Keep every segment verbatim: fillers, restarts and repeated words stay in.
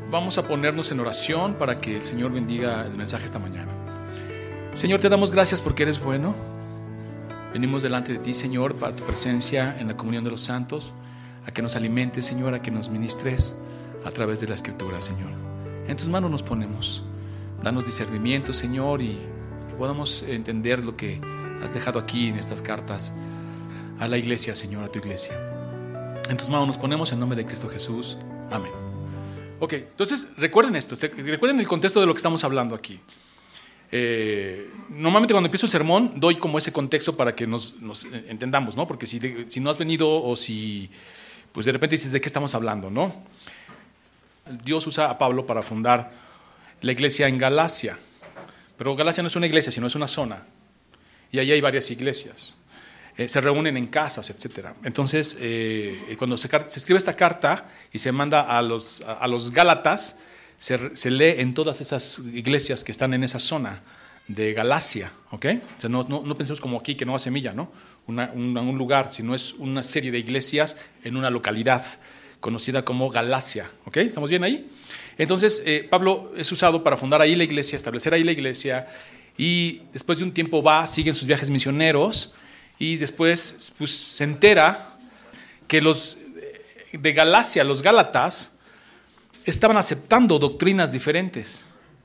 Vamos a ponernos en oración para que el Señor bendiga el mensaje esta mañana. Señor, te damos gracias porque eres bueno. Venimos delante de ti, Señor, para tu presencia en la comunión de los santos, a que nos alimentes, Señor, a que nos ministres a través de la Escritura, Señor. En tus manos nos ponemos. Danos discernimiento, Señor, y que podamos entender lo que has dejado aquí en estas cartas a la iglesia, Señor, a tu iglesia. En tus manos nos ponemos en nombre de Cristo Jesús. Amén. Ok, entonces recuerden esto, recuerden el contexto de lo que estamos hablando aquí. Eh, normalmente cuando empiezo el sermón doy como ese contexto para que nos, nos entendamos, ¿no? Porque si, si no has venido o si pues de repente dices de qué estamos hablando, ¿no? Dios usa a Pablo para fundar la iglesia en Galacia, pero Galacia no es una iglesia, sino es una zona, y allí hay varias iglesias. Eh, se reúnen en casas, etcétera. Entonces, eh, cuando se, se escribe esta carta y se manda a los, a, a los Gálatas, se, se lee en todas esas iglesias que están en esa zona de Galacia, ¿ok? O sea, no, no, no pensemos como aquí, que Nueva Semilla, ¿no? Una, un, un lugar, sino es una serie de iglesias en una localidad conocida como Galacia, ¿ok? ¿Estamos bien ahí? Entonces, eh, Pablo es usado para fundar ahí la iglesia, establecer ahí la iglesia, y después de un tiempo va, siguen sus viajes misioneros. Y después pues, se entera que los de Galacia, los Gálatas, estaban aceptando doctrinas diferentes.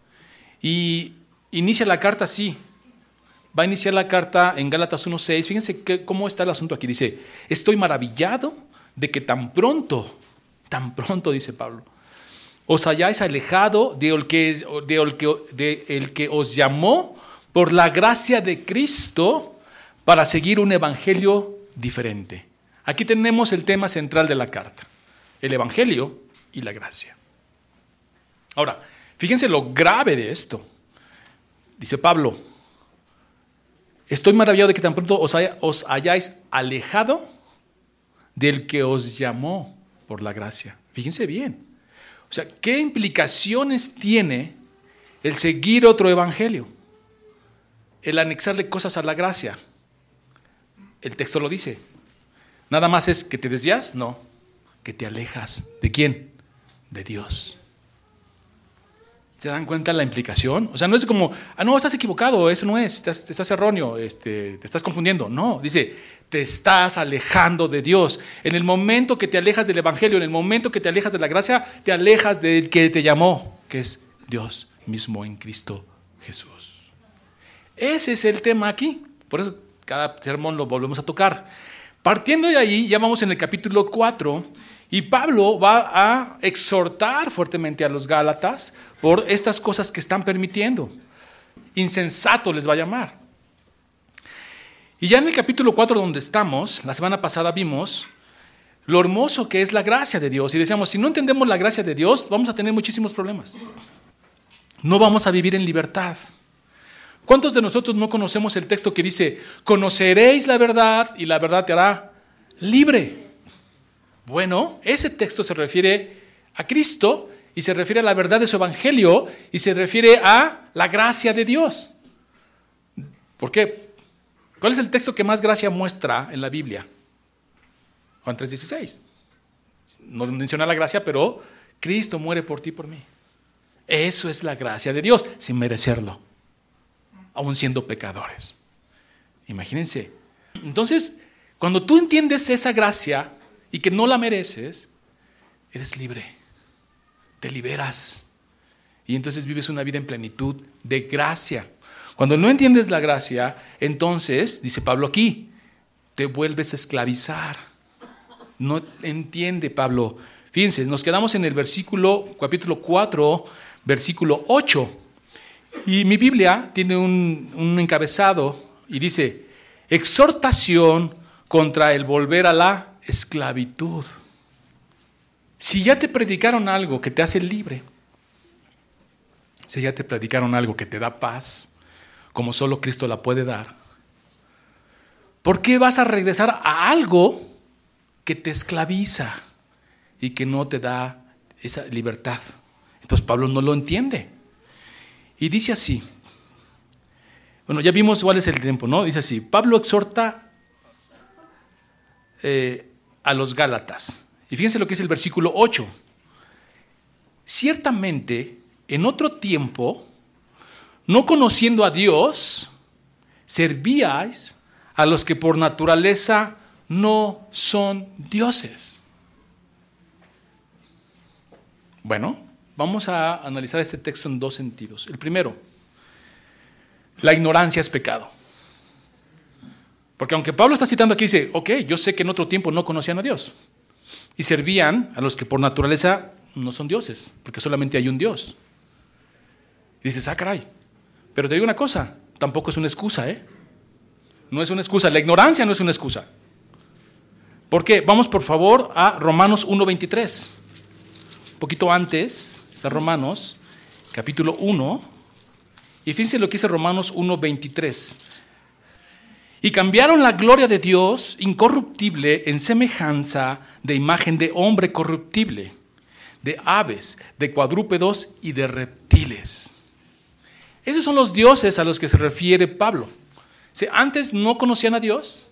Y inicia la carta así. Va a iniciar la carta en Gálatas uno seis. Fíjense que, cómo está el asunto aquí. Dice, estoy maravillado de que tan pronto, tan pronto, dice Pablo, os hayáis alejado de el que, de el que, de el que os llamó por la gracia de Cristo para seguir un evangelio diferente. Aquí tenemos el tema central de la carta, el evangelio y la gracia. Ahora, fíjense lo grave de esto. Dice Pablo, estoy maravillado de que tan pronto os, haya, os hayáis alejado del que os llamó por la gracia. Fíjense bien. O sea, ¿qué implicaciones tiene el seguir otro evangelio? El anexarle cosas a la gracia. El texto lo dice. Nada más es que te desvías, no, que te alejas. ¿De quién? De Dios. ¿Se dan cuenta la implicación? O sea, no es como, ah, no, estás equivocado, eso no es, estás, estás erróneo, este, te estás confundiendo. No, dice, te estás alejando de Dios. En el momento que te alejas del evangelio, en el momento que te alejas de la gracia, te alejas del que te llamó, que es Dios mismo en Cristo Jesús. Ese es el tema aquí. Por eso cada sermón lo volvemos a tocar. Partiendo de ahí, ya vamos en el capítulo cuatro, y Pablo va a exhortar fuertemente a los Gálatas por estas cosas que están permitiendo. Insensato les va a llamar. Y ya en el capítulo cuatro donde estamos, la semana pasada vimos lo hermoso que es la gracia de Dios. Y decíamos, si no entendemos la gracia de Dios, vamos a tener muchísimos problemas. No vamos a vivir en libertad. ¿Cuántos de nosotros no conocemos el texto que dice, conoceréis la verdad y la verdad te hará libre? Bueno, ese texto se refiere a Cristo y se refiere a la verdad de su evangelio y se refiere a la gracia de Dios. ¿Por qué? ¿Cuál es el texto que más gracia muestra en la Biblia? Juan tres dieciséis. No menciona la gracia, pero Cristo muere por ti y por mí. Eso es la gracia de Dios, sin merecerlo, aún siendo pecadores. Imagínense. Entonces, cuando tú entiendes esa gracia y que no la mereces, eres libre, te liberas y entonces vives una vida en plenitud de gracia. Cuando no entiendes la gracia, entonces, dice Pablo aquí, te vuelves a esclavizar. No entiende Pablo. Fíjense, nos quedamos en el versículo, capítulo cuatro, versículo ocho. Y mi Biblia tiene un, un encabezado y dice, exhortación contra el volver a la esclavitud. Si ya te predicaron algo que te hace libre, si ya te predicaron algo que te da paz, como solo Cristo la puede dar, ¿por qué vas a regresar a algo que te esclaviza y que no te da esa libertad? Entonces Pablo no lo entiende. Y dice así, bueno, ya vimos cuál es el tiempo, ¿no? Dice así, Pablo exhorta eh, a los Gálatas. Y fíjense lo que es el versículo ocho. ciertamente en otro tiempo, no conociendo a Dios, servíais a los que por naturaleza no son dioses. Bueno, vamos a analizar este texto en dos sentidos. El primero, la ignorancia es pecado. Porque aunque Pablo está citando aquí, dice, ok, yo sé que en otro tiempo no conocían a Dios y servían a los que por naturaleza no son dioses, porque solamente hay un Dios. Y dices, ah, caray, pero te digo una cosa, tampoco es una excusa, ¿eh? No es una excusa, la ignorancia no es una excusa. ¿Por qué? Vamos por favor a Romanos uno veintitrés. Un poquito antes está Romanos, capítulo uno, y fíjense lo que dice Romanos uno veintitrés. Y cambiaron la gloria de Dios incorruptible en semejanza de imagen de hombre corruptible, de aves, de cuadrúpedos y de reptiles. Esos son los dioses a los que se refiere Pablo. Si antes no conocían a Dios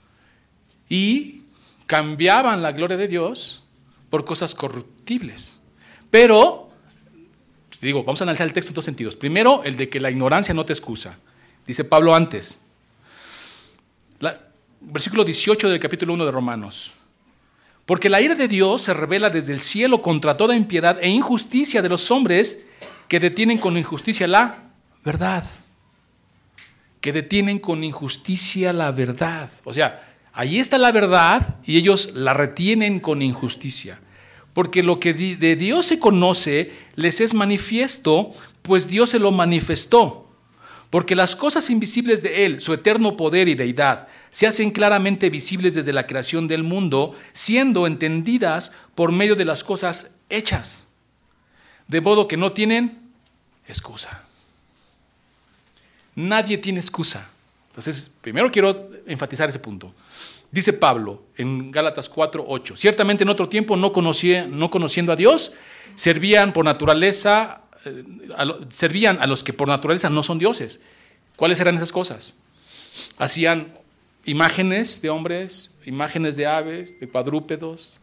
y cambiaban la gloria de Dios por cosas corruptibles. Pero, digo, vamos a analizar el texto en dos sentidos. Primero, el de que la ignorancia no te excusa. Dice Pablo antes, la, versículo dieciocho del capítulo uno de Romanos. Porque la ira de Dios se revela desde el cielo contra toda impiedad e injusticia de los hombres que detienen con injusticia la verdad. Que detienen con injusticia la verdad. O sea, ahí está la verdad y ellos la retienen con injusticia. Porque lo que de Dios se conoce les es manifiesto, pues Dios se lo manifestó. Porque las cosas invisibles de Él, su eterno poder y deidad, se hacen claramente visibles desde la creación del mundo, siendo entendidas por medio de las cosas hechas. De modo que no tienen excusa. Nadie tiene excusa. Entonces, primero quiero enfatizar ese punto. Dice Pablo en Gálatas cuatro ocho, ciertamente en otro tiempo no, conocía, no conociendo a Dios, servían por naturaleza, eh, a lo, servían a los que por naturaleza no son dioses. ¿Cuáles eran esas cosas? Hacían imágenes de hombres, imágenes de aves, de cuadrúpedos.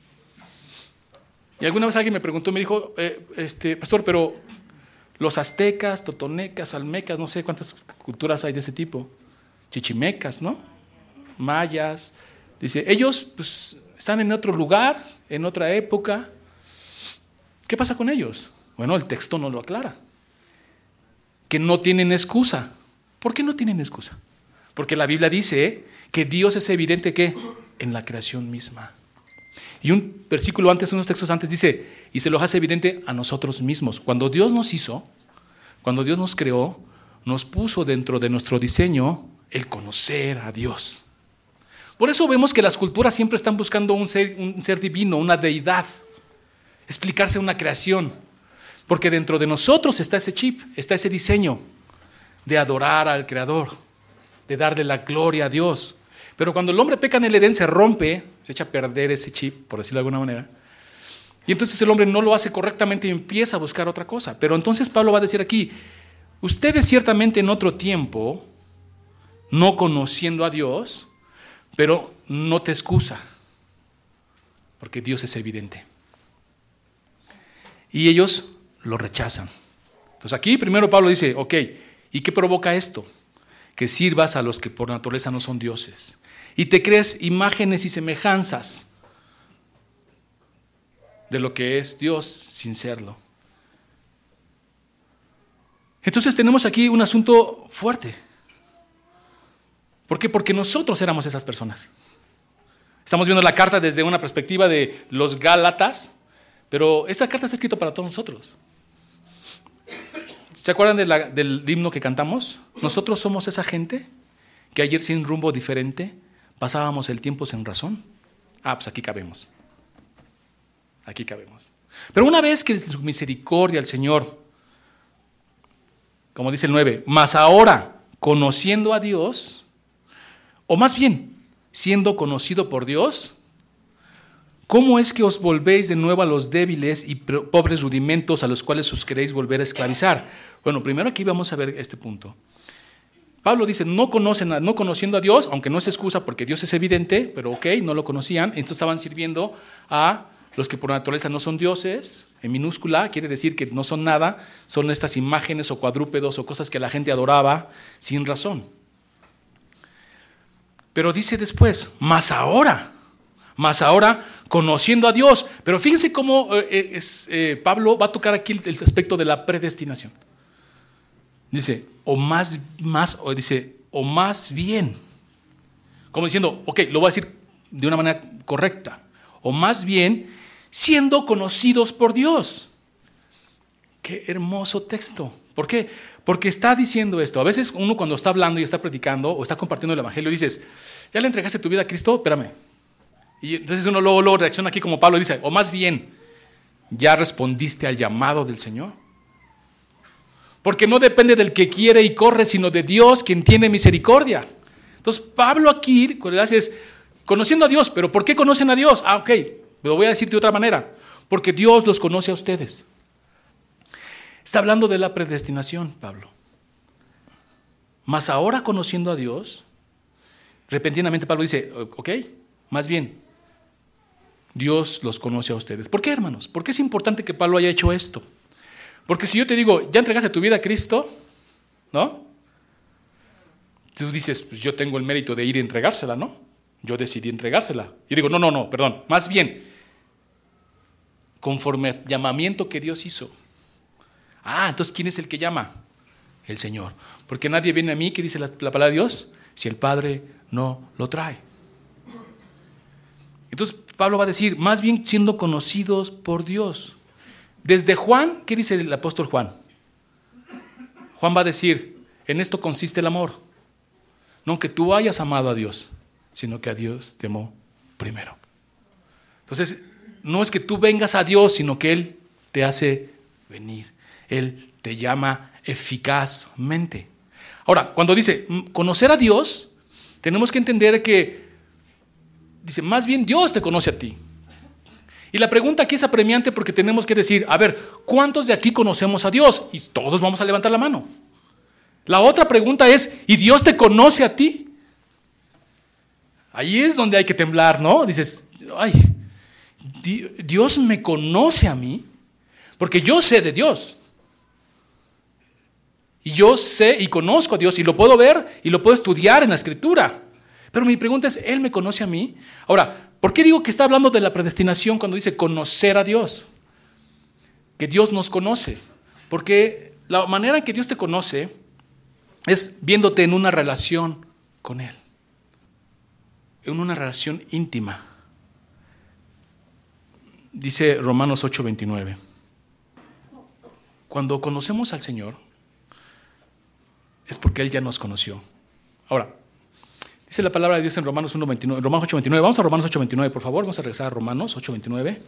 Y alguna vez alguien me preguntó, me dijo, eh, este, pastor, pero los aztecas, totonecas, almecas, no sé cuántas culturas hay de ese tipo, chichimecas, ¿no? Mayas, dice, ellos pues, están en otro lugar, en otra época. ¿Qué pasa con ellos? Bueno, el texto no lo aclara. Que no tienen excusa. ¿Por qué no tienen excusa? Porque la Biblia dice que Dios es evidente que en la creación misma. Y un versículo antes, unos textos antes dice, y se los hace evidente a nosotros mismos. Cuando Dios nos hizo, cuando Dios nos creó, nos puso dentro de nuestro diseño el conocer a Dios. Por eso vemos que las culturas siempre están buscando un ser, un ser divino, una deidad, explicarse una creación. Porque dentro de nosotros está ese chip, está ese diseño de adorar al Creador, de darle la gloria a Dios. Pero cuando el hombre peca en el Edén se rompe, se echa a perder ese chip, por decirlo de alguna manera. Y entonces el hombre no lo hace correctamente y empieza a buscar otra cosa. Pero entonces Pablo va a decir aquí, ustedes ciertamente en otro tiempo, no conociendo a Dios, pero no te excusa, porque Dios es evidente. Y ellos lo rechazan. Entonces aquí primero Pablo dice, ok, ¿y qué provoca esto? Que sirvas a los que por naturaleza no son dioses. Y te crees imágenes y semejanzas de lo que es Dios sin serlo. Entonces tenemos aquí un asunto fuerte. ¿Por qué? Porque nosotros éramos esas personas. Estamos viendo la carta desde una perspectiva de los Gálatas, pero esta carta está escrita para todos nosotros. ¿Se acuerdan de la, del himno que cantamos? Nosotros somos esa gente que ayer sin rumbo diferente pasábamos el tiempo sin razón. Ah, pues aquí cabemos. Aquí cabemos. Pero una vez que su misericordia el Señor, como dice el nueve, mas ahora conociendo a Dios, o más bien, siendo conocido por Dios, ¿cómo es que os volvéis de nuevo a los débiles y pobres rudimentos a los cuales os queréis volver a esclavizar? Bueno, primero aquí vamos a ver este punto. Pablo dice, no conocen, a, no conociendo a Dios, aunque no es excusa porque Dios es evidente, pero ok, no lo conocían, entonces estaban sirviendo a los que por naturaleza no son dioses, en minúscula, quiere decir que no son nada, son estas imágenes o cuadrúpedos o cosas que la gente adoraba sin razón. Pero dice después, más ahora, más ahora conociendo a Dios. Pero fíjense cómo eh, es, eh, Pablo va a tocar aquí el, el aspecto de la predestinación. Dice, o más, más, o dice, o más bien. Como diciendo, ok, lo voy a decir de una manera correcta. O más bien, siendo conocidos por Dios. Qué hermoso texto. ¿Por qué? Porque está diciendo esto. A veces uno cuando está hablando y está predicando o está compartiendo el evangelio dices, ¿ya le entregaste tu vida a Cristo? Espérame. Y entonces uno luego, luego reacciona aquí como Pablo y dice, o más bien, ¿ya respondiste al llamado del Señor? Porque no depende del que quiere y corre, sino de Dios quien tiene misericordia. Entonces Pablo aquí lo que hace es, conociendo a Dios, ¿pero por qué conocen a Dios? Ah, ok, lo voy a decir de otra manera. Porque Dios los conoce a ustedes. Está hablando de la predestinación, Pablo. Mas ahora conociendo a Dios, repentinamente Pablo dice, ok, más bien, Dios los conoce a ustedes. ¿Por qué, hermanos? ¿Por qué es importante que Pablo haya hecho esto? Porque si yo te digo, ¿ya entregaste tu vida a Cristo? ¿No? Tú dices, pues yo tengo el mérito de ir a entregársela, ¿no? Yo decidí entregársela. Y digo, no, no, no, perdón. Más bien, conforme al llamamiento que Dios hizo. Ah, entonces, ¿quién es el que llama? El Señor. Porque nadie viene a mí, que dice la, la palabra de Dios, si el Padre no lo trae. Entonces, Pablo va a decir, más bien siendo conocidos por Dios. Desde Juan, ¿qué dice el apóstol Juan? Juan va a decir, en esto consiste el amor. No que tú hayas amado a Dios, sino que a Dios te amó primero. Entonces, no es que tú vengas a Dios, sino que Él te hace venir. Él te llama eficazmente. Ahora, cuando dice conocer a Dios, tenemos que entender que dice, más bien Dios te conoce a ti. Y la pregunta aquí es apremiante porque tenemos que decir, a ver, ¿cuántos de aquí conocemos a Dios? Y todos vamos a levantar la mano. La otra pregunta es, ¿y Dios te conoce a ti? Ahí es donde hay que temblar, ¿no? Dices, ay, Dios me conoce a mí porque yo sé de Dios. Y yo sé y conozco a Dios y lo puedo ver y lo puedo estudiar en la Escritura. Pero mi pregunta es, ¿Él me conoce a mí? Ahora, ¿por qué digo que está hablando de la predestinación cuando dice conocer a Dios? Que Dios nos conoce. Porque la manera en que Dios te conoce es viéndote en una relación con Él. En una relación íntima. Dice Romanos ocho veintinueve. Cuando conocemos al Señor, es porque Él ya nos conoció. Ahora, dice la palabra de Dios en Romanos uno veintinueve, Romanos ocho veintinueve. Vamos a Romanos ocho veintinueve, por favor. Vamos a regresar a Romanos ocho veintinueve.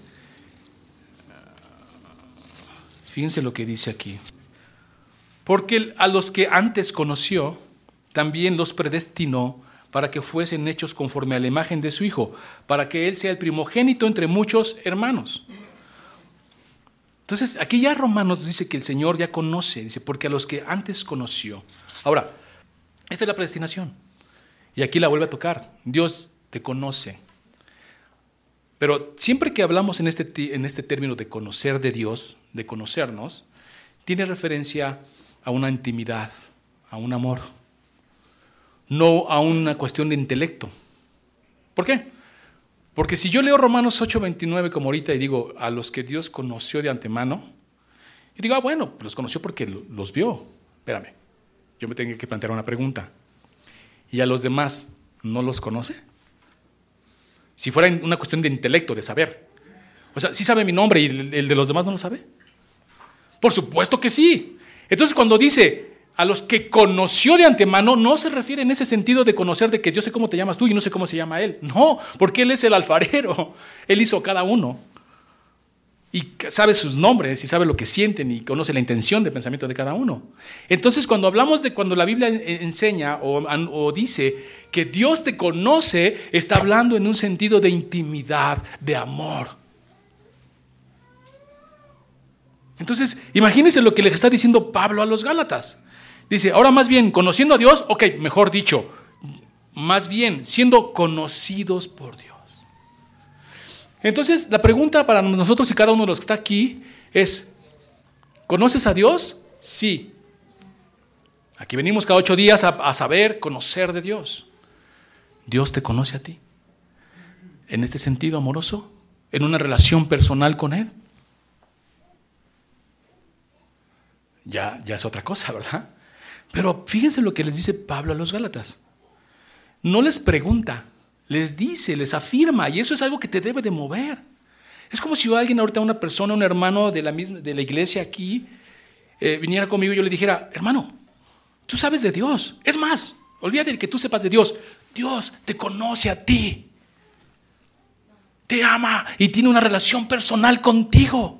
Fíjense lo que dice aquí. Porque a los que antes conoció, también los predestinó para que fuesen hechos conforme a la imagen de su Hijo, para que Él sea el primogénito entre muchos hermanos. Entonces, aquí ya Romanos dice que el Señor ya conoce, dice, porque a los que antes conoció. Ahora, esta es la predestinación. Y aquí la vuelve a tocar. Dios te conoce. Pero siempre que hablamos en este, en este término de conocer de Dios, de conocernos, tiene referencia a una intimidad, a un amor, no a una cuestión de intelecto. ¿Por qué? Porque si yo leo Romanos ocho veintinueve como ahorita y digo, a los que Dios conoció de antemano, y digo, ah, bueno, los conoció porque los vio. Espérame, yo me tengo que plantear una pregunta. ¿Y a los demás no los conoce? Si fuera una cuestión de intelecto, de saber. O sea, ¿sí sabe mi nombre y el de los demás no lo sabe? Por supuesto que sí. Entonces cuando dice a los que conoció de antemano, no se refiere en ese sentido de conocer de que yo sé cómo te llamas tú y no sé cómo se llama él. No, porque Él es el alfarero. Él hizo cada uno. Y sabe sus nombres y sabe lo que sienten y conoce la intención de pensamiento de cada uno. Entonces cuando hablamos de cuando la Biblia enseña o, o dice que Dios te conoce, está hablando en un sentido de intimidad, de amor. Entonces imagínense lo que le está diciendo Pablo a los Gálatas. Dice, ahora más bien, conociendo a Dios, ok, mejor dicho, más bien, siendo conocidos por Dios. Entonces, la pregunta para nosotros y cada uno de los que está aquí es, ¿conoces a Dios? Sí. Aquí venimos cada ocho días a, a saber, conocer de Dios. ¿Dios te conoce a ti? En este sentido amoroso, en una relación personal con Él. Ya, ya es otra cosa, ¿verdad? Pero fíjense lo que les dice Pablo a los Gálatas. No les pregunta, les dice, les afirma, y eso es algo que te debe de mover. Es como si alguien ahorita, una persona, un hermano de la, misma, de la iglesia aquí, eh, viniera conmigo y yo le dijera, hermano, tú sabes de Dios. Es más, olvídate de que tú sepas de Dios. Dios te conoce a ti. Te ama y tiene una relación personal contigo.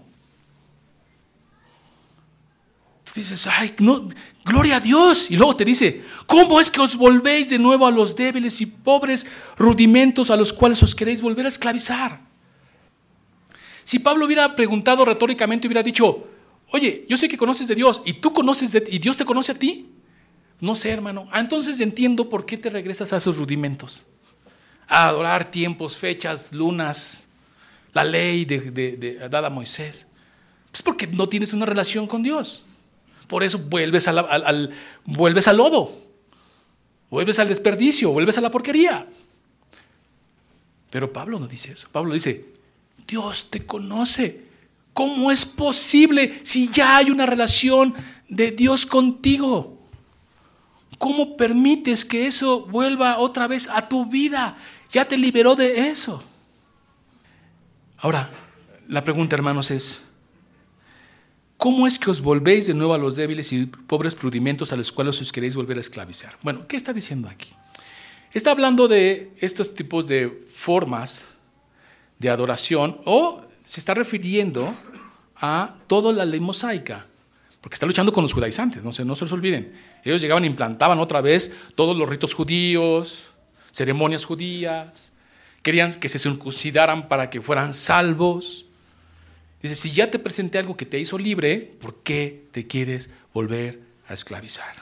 Tú dices, ay, no, gloria a Dios. Y luego te dice, ¿cómo es que os volvéis de nuevo a los débiles y pobres rudimentos a los cuales os queréis volver a esclavizar? Si Pablo hubiera preguntado retóricamente, hubiera dicho, oye, yo sé que conoces de Dios y tú conoces de, y Dios te conoce a ti. No sé, hermano. Ah, entonces entiendo por qué te regresas a esos rudimentos. A adorar tiempos, fechas, lunas, la ley de, de, de dada a Moisés. Pues porque no tienes una relación con Dios. Por eso vuelves, a la, al, al, vuelves al lodo, vuelves al desperdicio, vuelves a la porquería. Pero Pablo no dice eso. Pablo dice, Dios te conoce. ¿Cómo es posible si ya hay una relación de Dios contigo? ¿Cómo permites que eso vuelva otra vez a tu vida? Ya te liberó de eso. Ahora, la pregunta, hermanos, es, ¿cómo es que os volvéis de nuevo a los débiles y pobres rudimentos a los cuales os queréis volver a esclavizar? Bueno, ¿qué está diciendo aquí? Está hablando de estos tipos de formas de adoración, o se está refiriendo a toda la ley mosaica, porque está luchando con los judaizantes, no se, no se los olviden. Ellos llegaban e implantaban otra vez todos los ritos judíos, ceremonias judías, querían que se circuncidaran para que fueran salvos. Dice, si ya te presenté algo que te hizo libre, ¿por qué te quieres volver a esclavizar?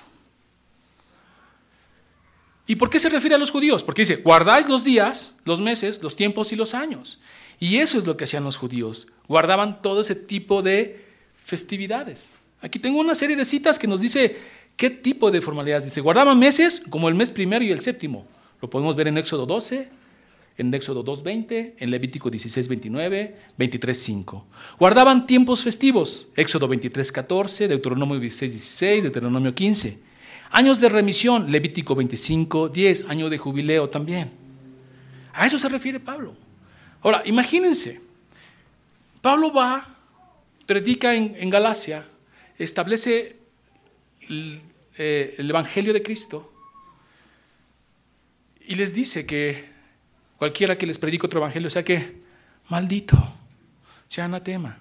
¿Y por qué se refiere a los judíos? Porque dice, guardáis los días, los meses, los tiempos y los años. Y eso es lo que hacían los judíos. Guardaban todo ese tipo de festividades. Aquí tengo una serie de citas que nos dice qué tipo de formalidades. Dice, guardaban meses como el mes primero y el séptimo. Lo podemos ver en Éxodo doce, en Éxodo dos veinte, en Levítico dieciséis veintinueve, veintitrés cinco. Guardaban tiempos festivos. Éxodo veintitrés catorce, Deuteronomio dieciséis dieciséis, Deuteronomio quince. Años de remisión, Levítico veinticinco diez, año de jubileo también. A eso se refiere Pablo. Ahora, imagínense, Pablo va, predica en, en Galacia, establece el, eh, el Evangelio de Cristo y les dice que cualquiera que les predique otro evangelio sea que maldito, sea anatema.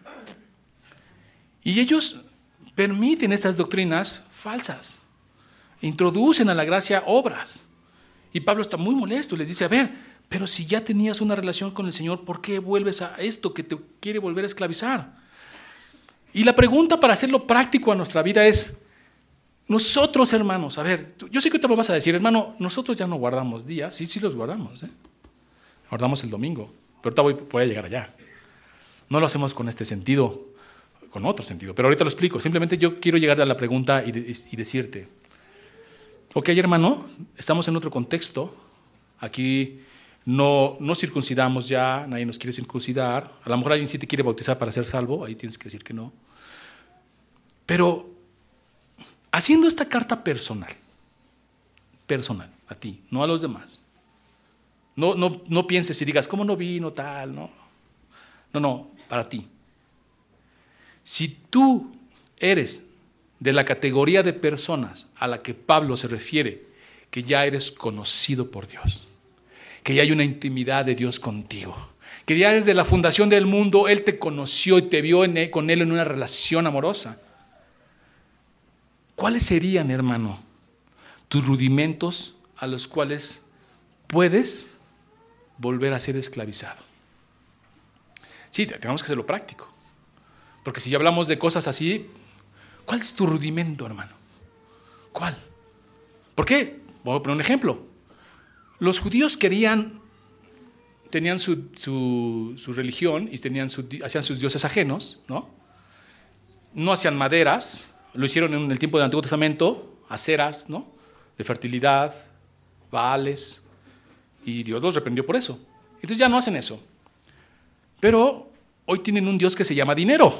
Y ellos permiten estas doctrinas falsas, introducen a la gracia obras. Y Pablo está muy molesto, les dice, a ver, pero si ya tenías una relación con el Señor, ¿por qué vuelves a esto que te quiere volver a esclavizar? Y la pregunta para hacerlo práctico a nuestra vida es, nosotros, hermanos, a ver, yo sé que te lo vas a decir, hermano, nosotros ya no guardamos días, sí, sí los guardamos, ¿eh? Guardamos el domingo, pero ahorita voy, voy a llegar allá. No lo hacemos con este sentido, con otro sentido, pero ahorita lo explico. Simplemente yo quiero llegar a la pregunta y, de, y decirte, ok, hermano, estamos en otro contexto, aquí no, no circuncidamos ya, nadie nos quiere circuncidar, a lo mejor alguien sí te quiere bautizar para ser salvo, ahí tienes que decir que no. Pero haciendo esta carta personal, personal, a ti, no a los demás. No, no, no pienses y digas, ¿cómo no vino tal? No, no, no, para ti. Si tú eres de la categoría de personas a la que Pablo se refiere, que ya eres conocido por Dios, que ya hay una intimidad de Dios contigo, que ya desde la fundación del mundo Él te conoció y te vio en él, con Él en una relación amorosa. ¿Cuáles serían, hermano, tus rudimentos a los cuales puedes volver a ser esclavizado? Sí, tenemos que hacerlo práctico, porque si ya hablamos de cosas así, ¿cuál es tu rudimento, hermano? ¿Cuál? ¿Por qué? Voy a poner un ejemplo. Los judíos querían tenían su, su, su religión y tenían su, hacían sus dioses ajenos, ¿no? No hacían maderas, lo hicieron en el tiempo del Antiguo Testamento, aceras, ¿no? De fertilidad, baales, y Dios los reprendió por eso. Entonces ya no hacen eso. Pero hoy tienen un Dios que se llama dinero.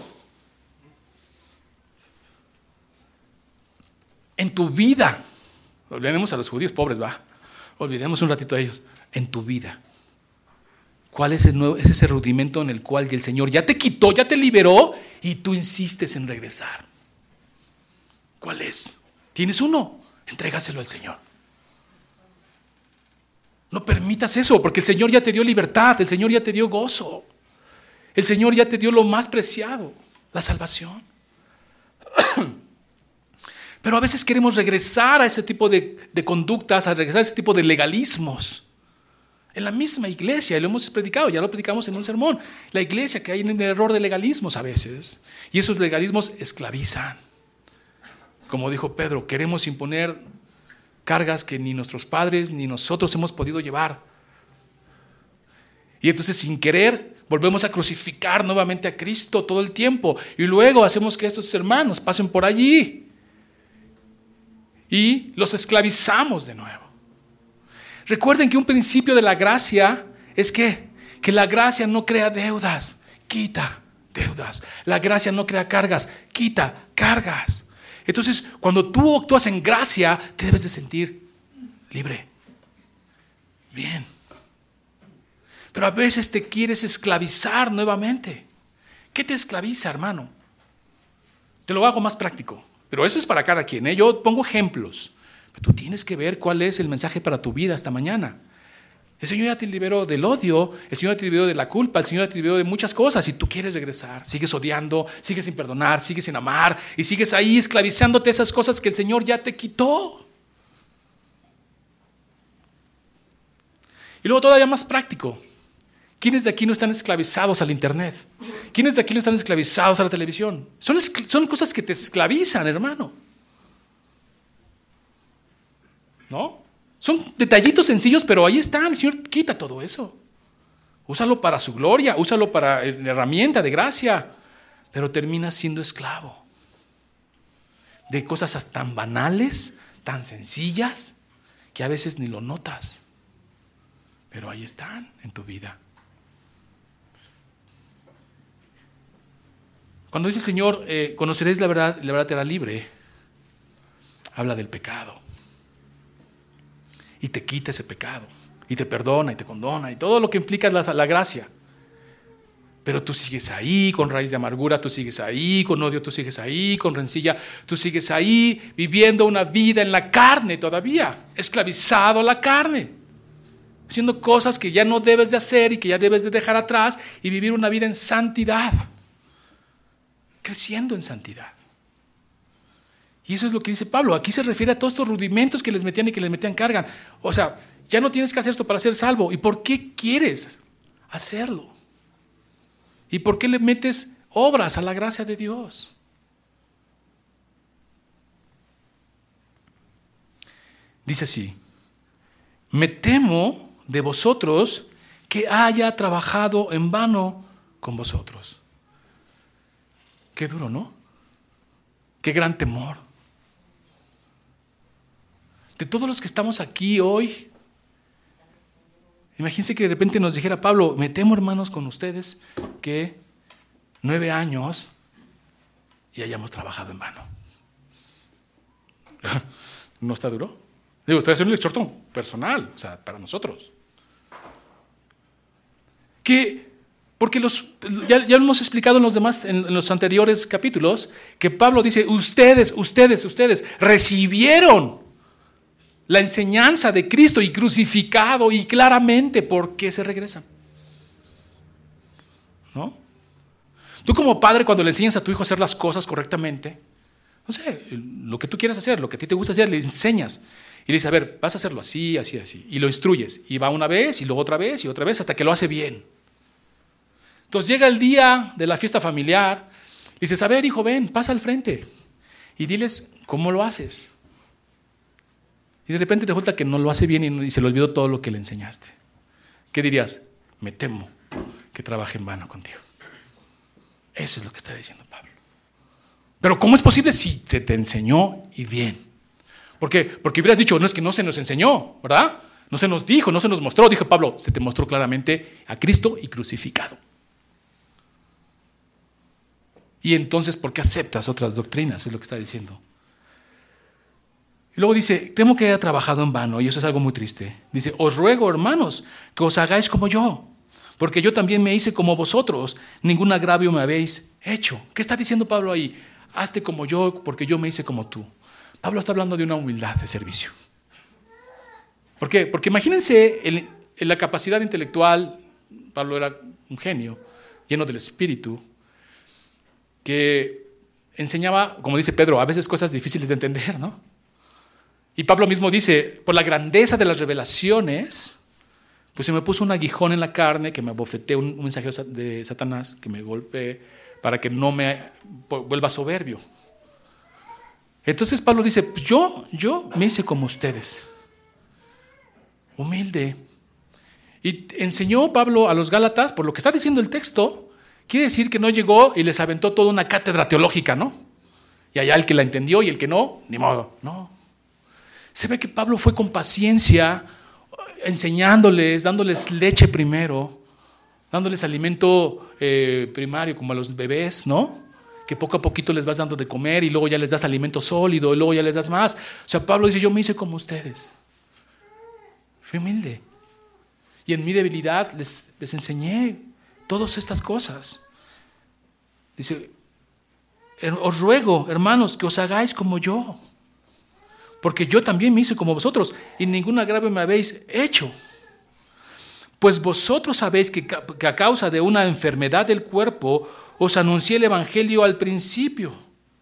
En tu vida, olvidemos a los judíos pobres, va, olvidemos un ratito a ellos, en tu vida. ¿Cuál es, el nuevo, es ese rudimento en el cual el Señor ya te quitó, ya te liberó y tú insistes en regresar? ¿Cuál es? ¿Tienes uno? Entrégaselo al Señor. No permitas eso, porque el Señor ya te dio libertad, el Señor ya te dio gozo, el Señor ya te dio lo más preciado, la salvación. Pero a veces queremos regresar a ese tipo de, de conductas, a regresar a ese tipo de legalismos. En la misma iglesia, y lo hemos predicado, ya lo predicamos en un sermón, la iglesia que hay en el error de legalismos a veces, y esos legalismos esclavizan. Como dijo Pedro, queremos imponer cargas que ni nuestros padres ni nosotros hemos podido llevar. Y entonces sin querer volvemos a crucificar nuevamente a Cristo todo el tiempo, y luego hacemos que estos hermanos pasen por allí y los esclavizamos de nuevo. Recuerden que un principio de la gracia es que, que la gracia no crea deudas, quita deudas. La gracia no crea cargas, quita cargas. Entonces, cuando tú actúas en gracia, te debes de sentir libre, bien. Pero a veces te quieres esclavizar nuevamente. ¿Qué te esclaviza, hermano? Te lo hago más práctico, pero eso es para cada quien, ¿eh? Yo pongo ejemplos. Pero tú tienes que ver cuál es el mensaje para tu vida esta mañana. El Señor ya te liberó del odio, el Señor ya te liberó de la culpa, el Señor ya te liberó de muchas cosas y tú quieres regresar. Sigues odiando, sigues sin perdonar, sigues sin amar y sigues ahí esclavizándote esas cosas que el Señor ya te quitó. Y luego todavía más práctico. ¿Quiénes de aquí no están esclavizados al internet? ¿Quiénes de aquí no están esclavizados a la televisión? Son, son cosas que te esclavizan, hermano. ¿No? Son detallitos sencillos, pero ahí están. El Señor quita todo eso. Úsalo para su gloria, úsalo para herramienta de gracia, pero terminas siendo esclavo de cosas tan banales, tan sencillas, que a veces ni lo notas, pero ahí están en tu vida. Cuando dice el Señor, eh, conoceréis la verdad, la verdad te hará libre, habla del pecado. Y te quita ese pecado, y te perdona, y te condona, y todo lo que implica la, la gracia. Pero tú sigues ahí con raíz de amargura, tú sigues ahí con odio, tú sigues ahí con rencilla, tú sigues ahí viviendo una vida en la carne todavía, esclavizado a la carne, haciendo cosas que ya no debes de hacer y que ya debes de dejar atrás y vivir una vida en santidad, creciendo en santidad. Y eso es lo que dice Pablo. Aquí se refiere a todos estos rudimentos que les metían y que les metían carga. O sea, ya no tienes que hacer esto para ser salvo. ¿Y por qué quieres hacerlo? ¿Y por qué le metes obras a la gracia de Dios? Dice así: me temo de vosotros que haya trabajado en vano con vosotros. Qué duro, ¿no? Qué gran temor. De todos los que estamos aquí hoy, imagínense que de repente nos dijera Pablo: me temo, hermanos, con ustedes que nueve años y hayamos trabajado en vano. ¿No está duro? Digo, estoy haciendo un exhorto personal, o sea, para nosotros. Que, porque los, ya, ya lo hemos explicado en los demás, en, en los anteriores capítulos, que Pablo dice: ustedes, ustedes, ustedes recibieron la enseñanza de Cristo y crucificado, y claramente por qué se regresan. ¿No? Tú como padre, cuando le enseñas a tu hijo a hacer las cosas correctamente, no sé, lo que tú quieras hacer, lo que a ti te gusta hacer, le enseñas y le dices: a ver, vas a hacerlo así, así, así, y lo instruyes, y va una vez y luego otra vez y otra vez hasta que lo hace bien. Entonces llega el día de la fiesta familiar y dices: a ver, hijo, ven, pasa al frente y diles cómo lo haces. Y de repente resulta que no lo hace bien y se le olvidó todo lo que le enseñaste. ¿Qué dirías? me temo que trabaje en vano contigo. Eso es lo que está diciendo Pablo. Pero ¿cómo es posible si se te enseñó y bien? ¿Por qué? Porque hubieras dicho, no, es que no se nos enseñó, ¿verdad? No se nos dijo, no se nos mostró. Dijo Pablo, se te mostró claramente a Cristo y crucificado. Y entonces, ¿por qué aceptas otras doctrinas? Es lo que está diciendo. Y luego dice, temo que haya trabajado en vano, y eso es algo muy triste. Dice, os ruego, hermanos, que os hagáis como yo, porque yo también me hice como vosotros, ningún agravio me habéis hecho. ¿Qué está diciendo Pablo ahí? Hazte como yo, porque yo me hice como tú. Pablo está hablando de una humildad de servicio. ¿Por qué? Porque imagínense en, en la capacidad intelectual. Pablo era un genio, lleno del Espíritu, que enseñaba, como dice Pedro, a veces cosas difíciles de entender, ¿no? Y Pablo mismo dice, por la grandeza de las revelaciones, pues se me puso un aguijón en la carne, que me abofeté un, un mensajero de Satanás, que me golpeé para que no me vuelva soberbio. Entonces Pablo dice, pues yo, yo me hice como ustedes, humilde. Y enseñó Pablo a los Gálatas, por lo que está diciendo el texto, quiere decir que no llegó y les aventó toda una cátedra teológica, ¿no? Y allá el que la entendió y el que no, ni modo, no. Se ve que Pablo fue con paciencia, enseñándoles, dándoles leche primero, dándoles alimento eh, primario como a los bebés, ¿no? Que poco a poquito les vas dando de comer y luego ya les das alimento sólido y luego ya les das más. O sea, Pablo dice, yo me hice como ustedes. Fui humilde. Y en mi debilidad les, les enseñé todas estas cosas. Dice, os ruego, hermanos, que os hagáis como yo, porque yo también me hice como vosotros y ningún agravio me habéis hecho. Pues vosotros sabéis que, que a causa de una enfermedad del cuerpo os anuncié el evangelio al principio.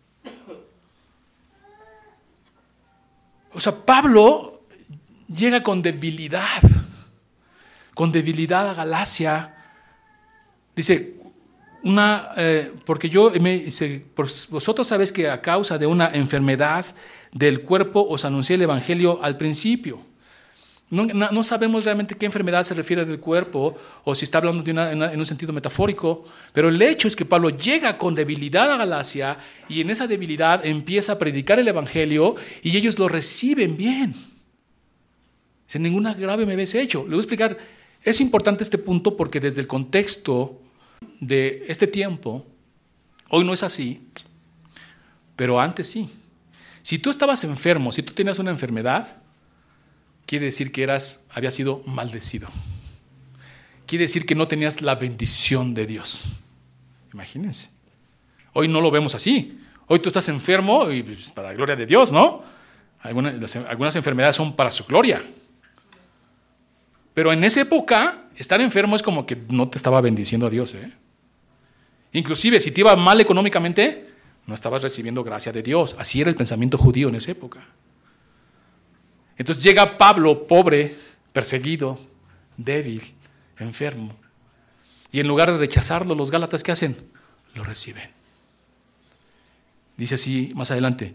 O sea, Pablo llega con debilidad, con debilidad a Galacia. Dice, una, eh, porque yo me dice, vosotros sabéis que a causa de una enfermedad del cuerpo os anuncié el evangelio al principio. No, no, no sabemos realmente qué enfermedad se refiere del cuerpo o si está hablando de una, en, en un sentido metafórico, pero el hecho es que Pablo llega con debilidad a Galacia y en esa debilidad empieza a predicar el evangelio y ellos lo reciben bien. Sin ningún agravio me habéis hecho. Le voy a explicar, es importante este punto porque desde el contexto de este tiempo, hoy no es así, pero antes sí. Si tú estabas enfermo, si tú tenías una enfermedad, quiere decir que eras, habías sido maldecido. Quiere decir que no tenías la bendición de Dios. Imagínense. Hoy no lo vemos así. Hoy tú estás enfermo y pues, para la gloria de Dios, ¿no? Algunas, algunas enfermedades son para su gloria. Pero en esa época, estar enfermo es como que no te estaba bendiciendo a Dios, ¿eh? Inclusive, si te iba mal económicamente, no estabas recibiendo gracia de Dios. Así era el pensamiento judío en esa época. Entonces llega Pablo, pobre, perseguido, débil, enfermo. Y en lugar de rechazarlo, los gálatas, ¿qué hacen? Lo reciben. Dice así más adelante.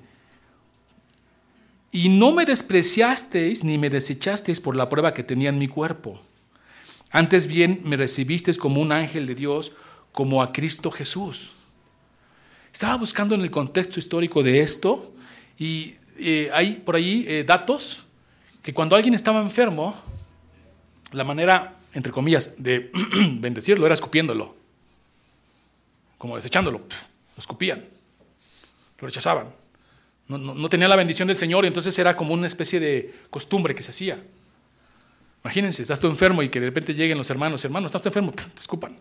Y no me despreciasteis ni me desechasteis por la prueba que tenía en mi cuerpo. Antes bien me recibisteis como un ángel de Dios, como a Cristo Jesús. Estaba buscando en el contexto histórico de esto y eh, hay por ahí eh, datos que cuando alguien estaba enfermo, la manera, entre comillas, de bendecirlo era escupiéndolo, como desechándolo, lo escupían, lo rechazaban. No, no, no tenía la bendición del Señor y entonces era como una especie de costumbre que se hacía. Imagínense, estás tú enfermo y que de repente lleguen los hermanos, hermanos, estás tú enfermo, te escupan.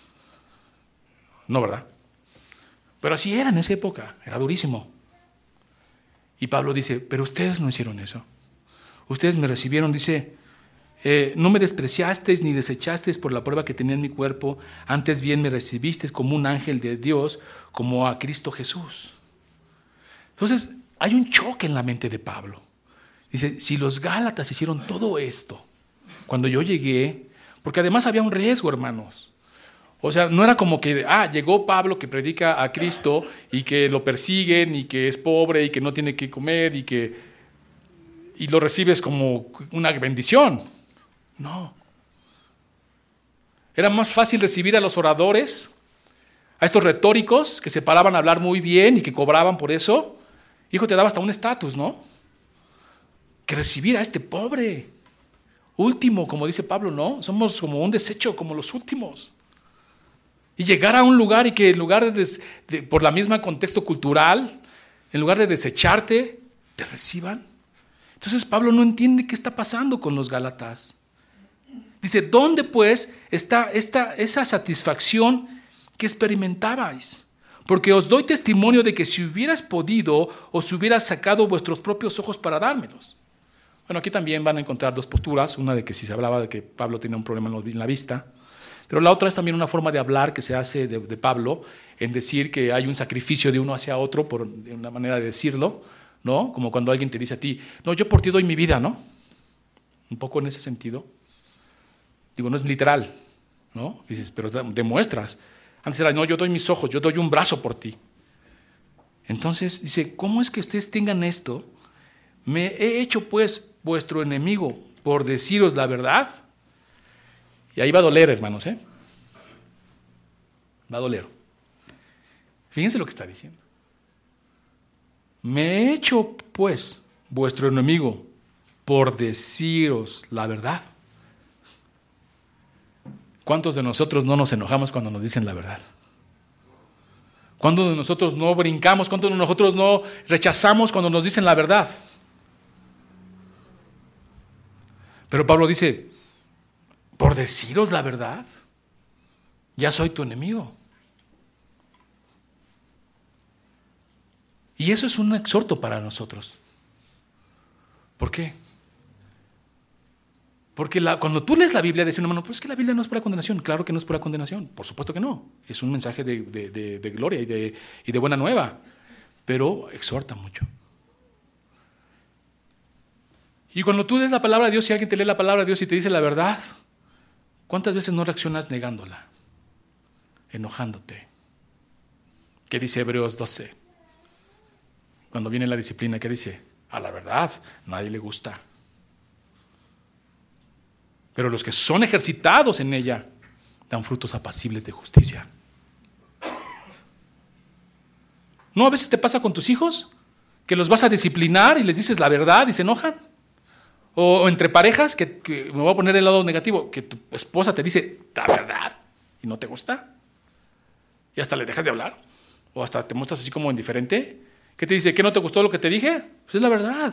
No, ¿verdad? Pero así era en esa época, era durísimo. Y Pablo dice, pero ustedes no hicieron eso. Ustedes me recibieron, dice, eh, no me despreciasteis ni desechasteis por la prueba que tenía en mi cuerpo, antes bien me recibisteis como un ángel de Dios, como a Cristo Jesús. Entonces, hay un choque en la mente de Pablo. Dice, si los gálatas hicieron todo esto, cuando yo llegué, porque además había un riesgo, hermanos. O sea, no era como que, ah, llegó Pablo que predica a Cristo y que lo persiguen y que es pobre y que no tiene que comer y que y lo recibes como una bendición. No. Era más fácil recibir a los oradores, a estos retóricos que se paraban a hablar muy bien y que cobraban por eso. Hijo, te daba hasta un estatus, ¿no? Que recibir a este pobre, último, como dice Pablo, ¿no? Somos como un desecho, como los últimos. Y llegar a un lugar y que en lugar de, des, de por la misma contexto cultural, en lugar de desecharte, te reciban. Entonces Pablo no entiende qué está pasando con los Gálatas. Dice, ¿dónde pues está esta, esa satisfacción que experimentabais? Porque os doy testimonio de que si hubieras podido, os hubieras sacado vuestros propios ojos para dármelos. Bueno, aquí también van a encontrar dos posturas. Una de que si se hablaba de que Pablo tenía un problema en la vista, pero la otra es también una forma de hablar que se hace de, de Pablo, en decir que hay un sacrificio de uno hacia otro, por una manera de decirlo, ¿no? Como cuando alguien te dice a ti, no, yo por ti doy mi vida, ¿no? Un poco en ese sentido. Digo, no es literal, ¿no? Dices, pero demuestras. Antes era, no, yo doy mis ojos, yo doy un brazo por ti. Entonces dice, ¿cómo es que ustedes tengan esto? Me he hecho pues vuestro enemigo por deciros la verdad. Y ahí va a doler, hermanos, ¿eh? Va a doler. Fíjense lo que está diciendo. Me he hecho pues vuestro enemigo por deciros la verdad. ¿Cuántos de nosotros no nos enojamos cuando nos dicen la verdad? ¿Cuántos de nosotros no brincamos? ¿Cuántos de nosotros no rechazamos cuando nos dicen la verdad? Pero Pablo dice, por deciros la verdad, ya soy tu enemigo. Y eso es un exhorto para nosotros. ¿Por qué? Porque la, cuando tú lees la Biblia, dice un hermano, pues es que la Biblia no es pura condenación. Claro que no es pura condenación, por supuesto que no. Es un mensaje de, de, de, de gloria y de, y de buena nueva, pero exhorta mucho. Y cuando tú lees la palabra de Dios, si alguien te lee la palabra de Dios y te dice la verdad, ¿cuántas veces no reaccionas negándola? Enojándote. ¿Qué dice Hebreos doce? Cuando viene la disciplina, ¿qué dice? A la verdad, nadie le gusta. Pero los que son ejercitados en ella dan frutos apacibles de justicia. ¿No a veces te pasa con tus hijos? Que los vas a disciplinar y les dices la verdad y se enojan. O, o entre parejas, que, que me voy a poner el lado negativo, que tu esposa te dice la verdad y no te gusta. Y hasta le dejas de hablar. O hasta te muestras así como indiferente. ¿Qué te dice? ¿Qué no te gustó lo que te dije? Pues es la verdad.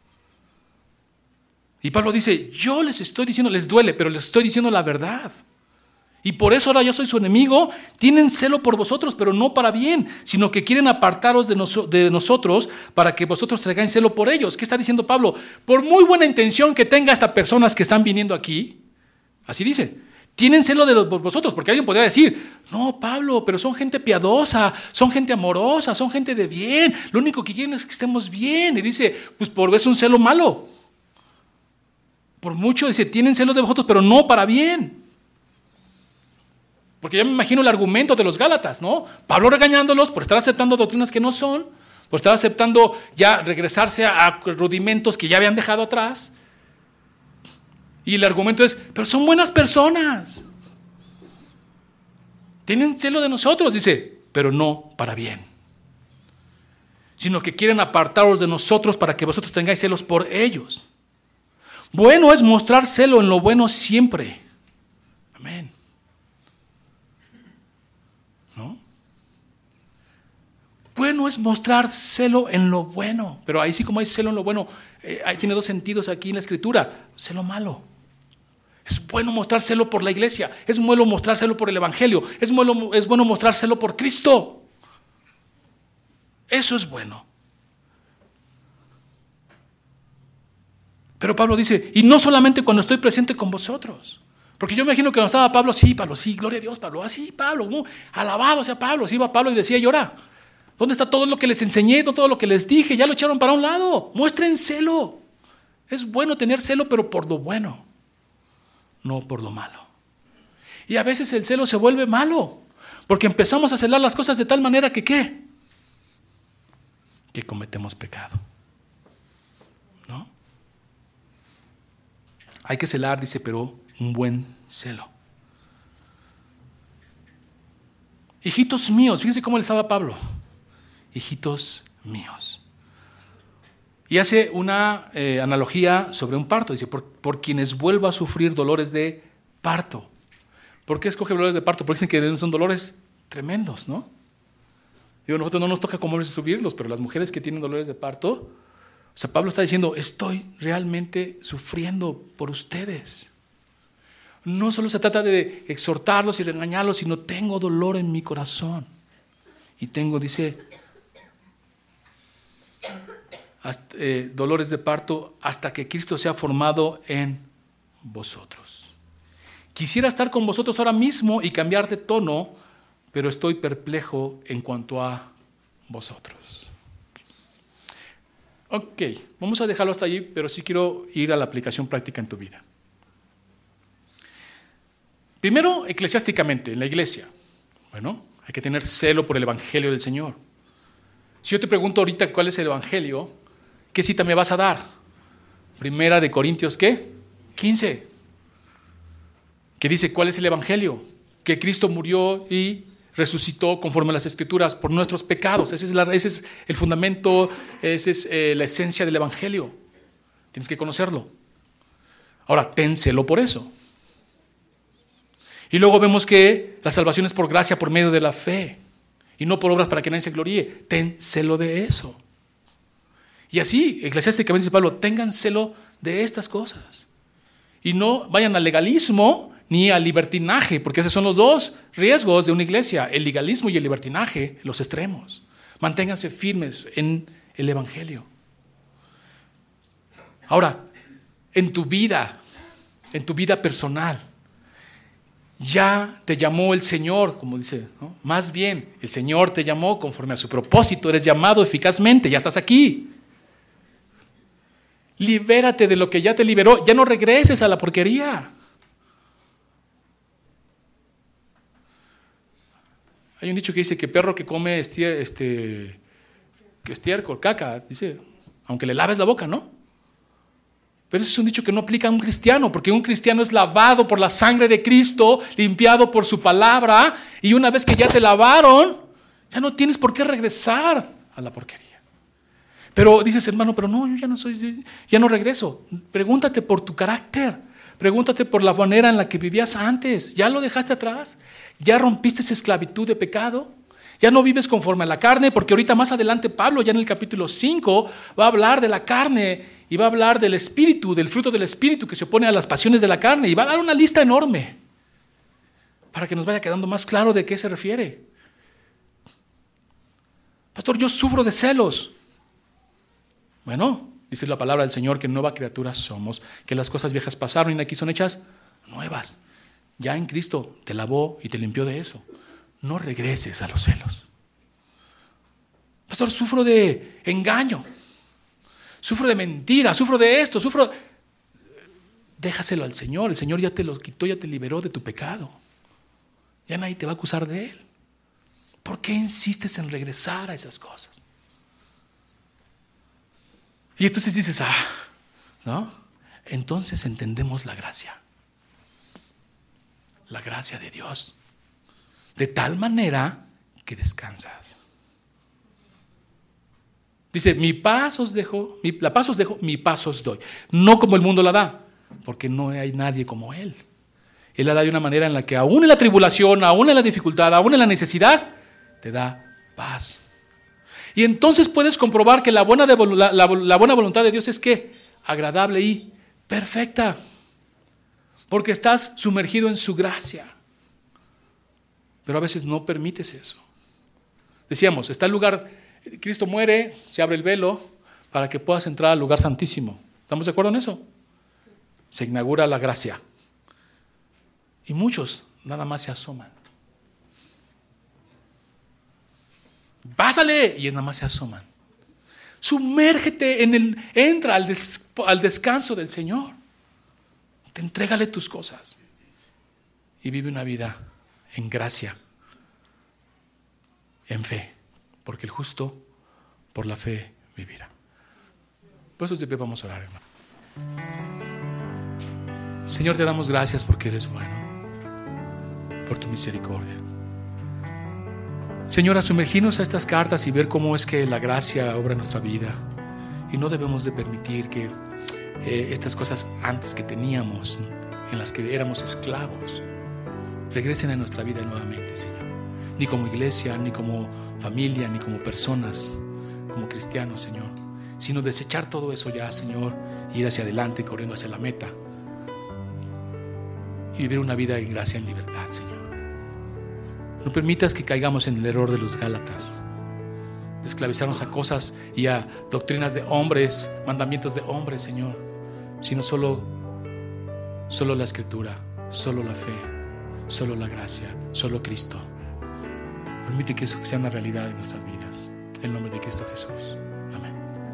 Y Pablo dice, yo les estoy diciendo, les duele, pero les estoy diciendo la verdad. Y por eso ahora yo soy su enemigo. Tienen celo por vosotros, pero no para bien, sino que quieren apartaros de, nos, de nosotros para que vosotros traigáis celo por ellos. ¿Qué está diciendo Pablo? Por muy buena intención que tenga estas personas que están viniendo aquí, así dice, tienen celo de vosotros, porque alguien podría decir, no, Pablo, pero son gente piadosa, son gente amorosa, son gente de bien, lo único que quieren es que estemos bien. Y dice, pues por eso es un celo malo. Por mucho, dice, tienen celo de vosotros, pero no para bien. Porque ya me imagino el argumento de los Gálatas, ¿no? Pablo regañándolos por estar aceptando doctrinas que no son, por estar aceptando ya regresarse a rudimentos que ya habían dejado atrás. Y el argumento es, pero son buenas personas. Tienen celo de nosotros, dice, pero no para bien. Sino que quieren apartaros de nosotros para que vosotros tengáis celos por ellos. Bueno es mostrar celo en lo bueno siempre. Amén. ¿No? Bueno es mostrar celo en lo bueno. Pero ahí sí, como hay celo en lo bueno, eh, ahí tiene dos sentidos aquí en la escritura. Celo malo. Es bueno mostrar celo por la iglesia. Es bueno mostrar celo por el evangelio. Es bueno, es bueno mostrar celo por Cristo. Eso es bueno. Pero Pablo dice, y no solamente cuando estoy presente con vosotros. Porque yo me imagino que cuando estaba Pablo, sí, Pablo, sí, gloria a Dios, Pablo, así, ah, Pablo, no, alabado sea Pablo, sí iba Pablo y decía, llora, ¿dónde está todo lo que les enseñé, todo lo que les dije? Ya lo echaron para un lado. Muestren celo. Es bueno tener celo, pero por lo bueno, no por lo malo. Y a veces el celo se vuelve malo, porque empezamos a celar las cosas de tal manera que, ¿qué? Que cometemos pecado. ¿No? Hay que celar, dice, pero un buen celo. Hijitos míos, fíjense cómo les habla Pablo. Hijitos míos. Y hace una eh, analogía sobre un parto. Dice, por, por quienes vuelva a sufrir dolores de parto. ¿Por qué escoge dolores de parto? Porque dicen que son dolores tremendos, ¿no? Digo, a nosotros no nos toca como sufrirlos, pero las mujeres que tienen dolores de parto, o sea, Pablo está diciendo, estoy realmente sufriendo por ustedes. No solo se trata de exhortarlos y regañarlos, sino tengo dolor en mi corazón. Y tengo, dice, hasta, eh, dolores de parto hasta que Cristo sea formado en vosotros. Quisiera estar con vosotros ahora mismo y cambiar de tono, pero estoy perplejo en cuanto a vosotros. Ok, vamos a dejarlo hasta allí, pero sí quiero ir a la aplicación práctica en tu vida. Primero, eclesiásticamente, en la iglesia. Bueno, hay que tener celo por el Evangelio del Señor. Si yo te pregunto ahorita cuál es el Evangelio, ¿qué cita me vas a dar? Primera de Corintios, ¿qué? quince. Que dice, ¿cuál es el Evangelio? Que Cristo murió y resucitó conforme a las Escrituras por nuestros pecados. Ese es, la, ese es el fundamento, esa es eh, la esencia del Evangelio. Tienes que conocerlo. Ahora, ten celo por eso. Y luego vemos que la salvación es por gracia, por medio de la fe, y no por obras para que nadie se gloríe. Ten celo de eso. Y así, eclesiásticamente dice Pablo, tengan celo de estas cosas. Y no vayan al legalismo ni al libertinaje, porque esos son los dos riesgos de una iglesia, el legalismo y el libertinaje, los extremos. Manténganse firmes en el Evangelio. Ahora, en tu vida, en tu vida personal, ya te llamó el Señor, como dice, ¿no? Más bien, el Señor te llamó conforme a su propósito, eres llamado eficazmente, ya estás aquí. Libérate de lo que ya te liberó, ya no regreses a la porquería. Hay un dicho que dice que perro que come estier, este, que estiércol, caca, dice, aunque le laves la boca, ¿no? Pero ese es un dicho que no aplica a un cristiano, porque un cristiano es lavado por la sangre de Cristo, limpiado por su palabra, y una vez que ya te lavaron, ya no tienes por qué regresar a la porquería. Pero dices, hermano, pero no, yo ya no soy, ya no regreso. Pregúntate por tu carácter, pregúntate por la manera en la que vivías antes. ¿Ya lo dejaste atrás? ¿Ya rompiste esa esclavitud de pecado? Ya no vives conforme a la carne, porque ahorita más adelante Pablo, ya en el capítulo cinco, va a hablar de la carne y va a hablar del espíritu, del fruto del espíritu que se opone a las pasiones de la carne, y va a dar una lista enorme para que nos vaya quedando más claro de qué se refiere. Pastor, yo sufro de celos. Bueno, dice la palabra del Señor que nueva criatura somos, que las cosas viejas pasaron y aquí son hechas nuevas. Ya en Cristo te lavó y te limpió de eso. No regreses a los celos. Pastor, sufro de engaño, sufro de mentira, sufro de esto, sufro... Déjaselo al Señor, el Señor ya te lo quitó, ya te liberó de tu pecado. Ya nadie te va a acusar de él. ¿Por qué insistes en regresar a esas cosas? Y entonces dices, ah, ¿no? Entonces entendemos la gracia. La gracia de Dios. De tal manera que descansas. Dice, mi paz os dejo, mi, la paz os dejo, mi paz os doy. No como el mundo la da, porque no hay nadie como Él. Él la da de una manera en la que aún en la tribulación, aún en la dificultad, aún en la necesidad, te da paz. Y entonces puedes comprobar que la buena, de, la, la, la buena voluntad de Dios es ¿qué? Agradable y perfecta. Porque estás sumergido en su gracia. Pero a veces no permites eso. Decíamos, está el lugar, Cristo muere, se abre el velo para que puedas entrar al lugar santísimo. ¿Estamos de acuerdo en eso? Se inaugura la gracia. Y muchos nada más se asoman. Pásale, y nada más se asoman. Sumérgete en el, entra al, des, al descanso del Señor. Te entrégale tus cosas y vive una vida en gracia, en fe, porque el justo por la fe vivirá. Por eso siempre vamos a orar, hermano. Señor, te damos gracias porque eres bueno, por tu misericordia. Señor, a sumergirnos a estas cartas y ver cómo es que la gracia obra en nuestra vida. Y no debemos de permitir que eh, estas cosas antes que teníamos, en las que éramos esclavos, regresen a nuestra vida nuevamente, Señor. Ni como iglesia, ni como familia, ni como personas, como cristianos, Señor. Sino desechar todo eso ya, Señor, e ir hacia adelante, corriendo hacia la meta. Y vivir una vida en gracia, en libertad, Señor. No permitas que caigamos en el error de los Gálatas, de esclavizarnos a cosas y a doctrinas de hombres, mandamientos de hombres, Señor, sino solo, solo la Escritura, solo la fe, solo la gracia, solo Cristo. Permite que eso sea una realidad en nuestras vidas. En el nombre de Cristo Jesús. Amén.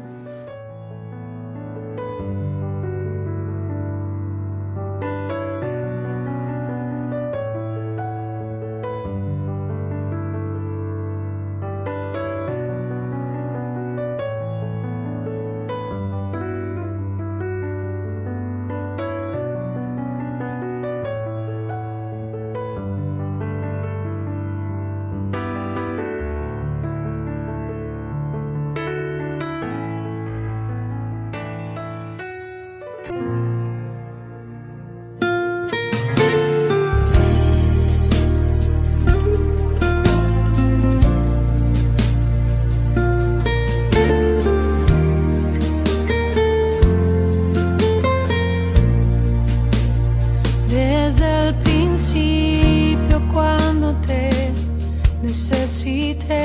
Necesité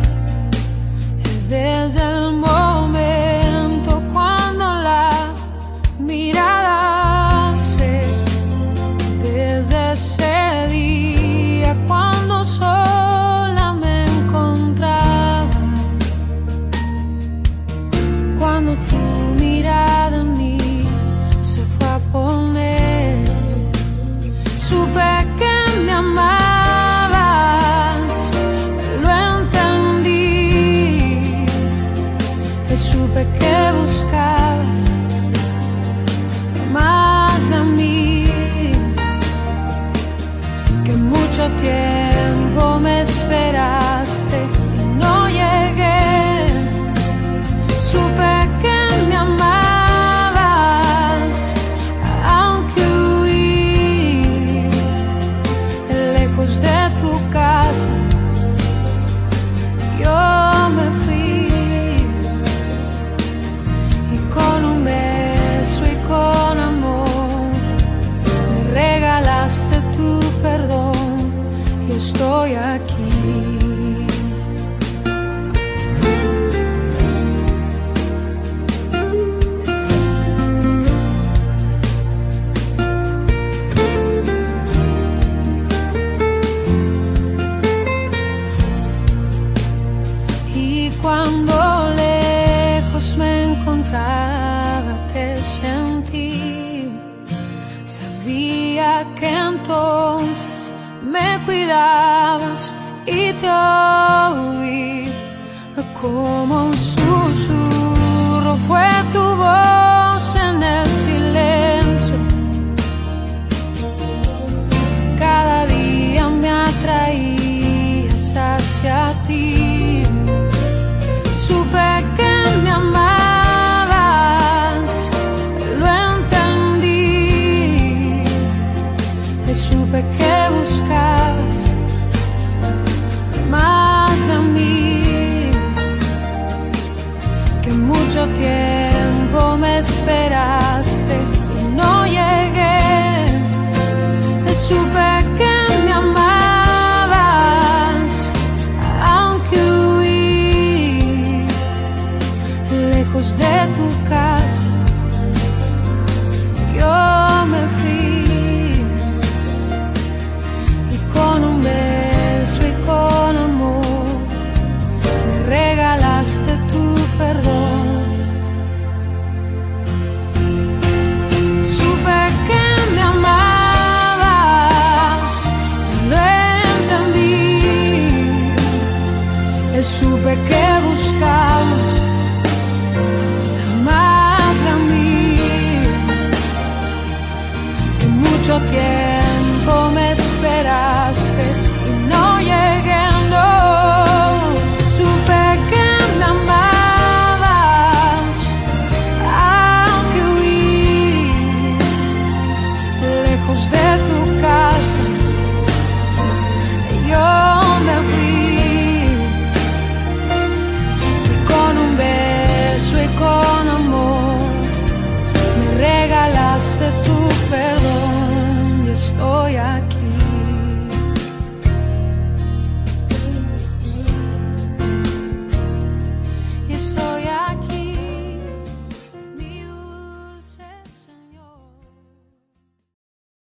desde el momento cuando la mirada se, desde ese día cuando sola me encontraba, cuando tu mirada en mí se fue a poner, supe que me amaba. Que buscabas más de mí, que mucho tiempo me esperaste y no llegué. Supe que me amabas, aunque huí lejos de tu casa. Yo me fui. Con un beso y con amor me regalaste tu perdón y estoy aquí. Y cuando lejos me encontraba, te sentí, sabía que entonces me cuidabas y te oí, como un susurro fue tu voz en el silencio. Cada día me atraías hacia ti, supe que me amabas. Supe que buscabas más de mí, que mucho tiempo me esperaste y no llegué. Supe que me amabas, aunque huí lejos de tu casa. Yo me fui. Con un beso y con amor me regalaste tu perdón. Supe que me amabas, lo entendí. Supe que buscabas más de mí, que mucho tiempo